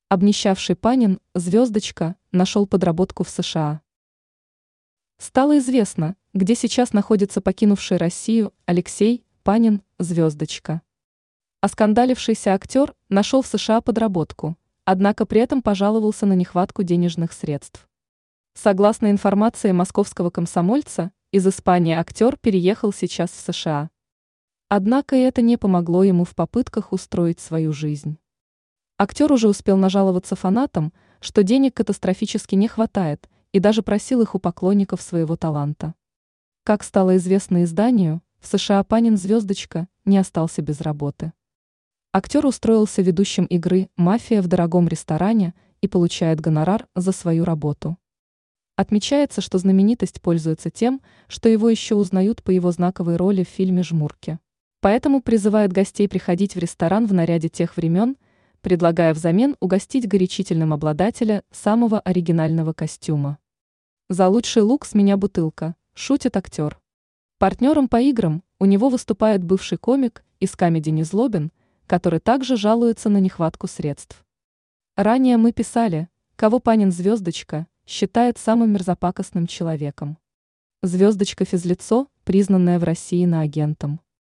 Обнищавший Панин, звездочка, нашел подработку в США. Стало известно, где сейчас находится покинувший Россию Алексей Панин, звездочка. Оскандалившийся актер нашел в США подработку, однако при этом пожаловался на нехватку денежных средств. Согласно информации московского комсомольца, из Испании актер переехал сейчас в США. Однако и это не помогло ему в попытках устроить свою жизнь. Актер уже успел нажаловаться фанатам, что денег катастрофически не хватает, и даже просил их у поклонников своего таланта. Как стало известно изданию, в США Панин звездочка не остался без работы. Актер устроился ведущим игры «Мафия» в дорогом ресторане и получает гонорар за свою работу. Отмечается, что знаменитость пользуется тем, что его еще узнают по его знаковой роли в фильме «Жмурки». Поэтому призывает гостей приходить в ресторан в наряде тех времен, предлагая взамен угостить горячительным обладателя самого оригинального костюма. «За лучший лук с меня бутылка», – шутит актер. Партнером по играм у него выступает бывший комик из комеди Незлобин, который также жалуется на нехватку средств. Ранее мы писали, кого Панин звездочка считает самым мерзопакостным человеком. Звездочка физлицо, признанная в России иноагентом.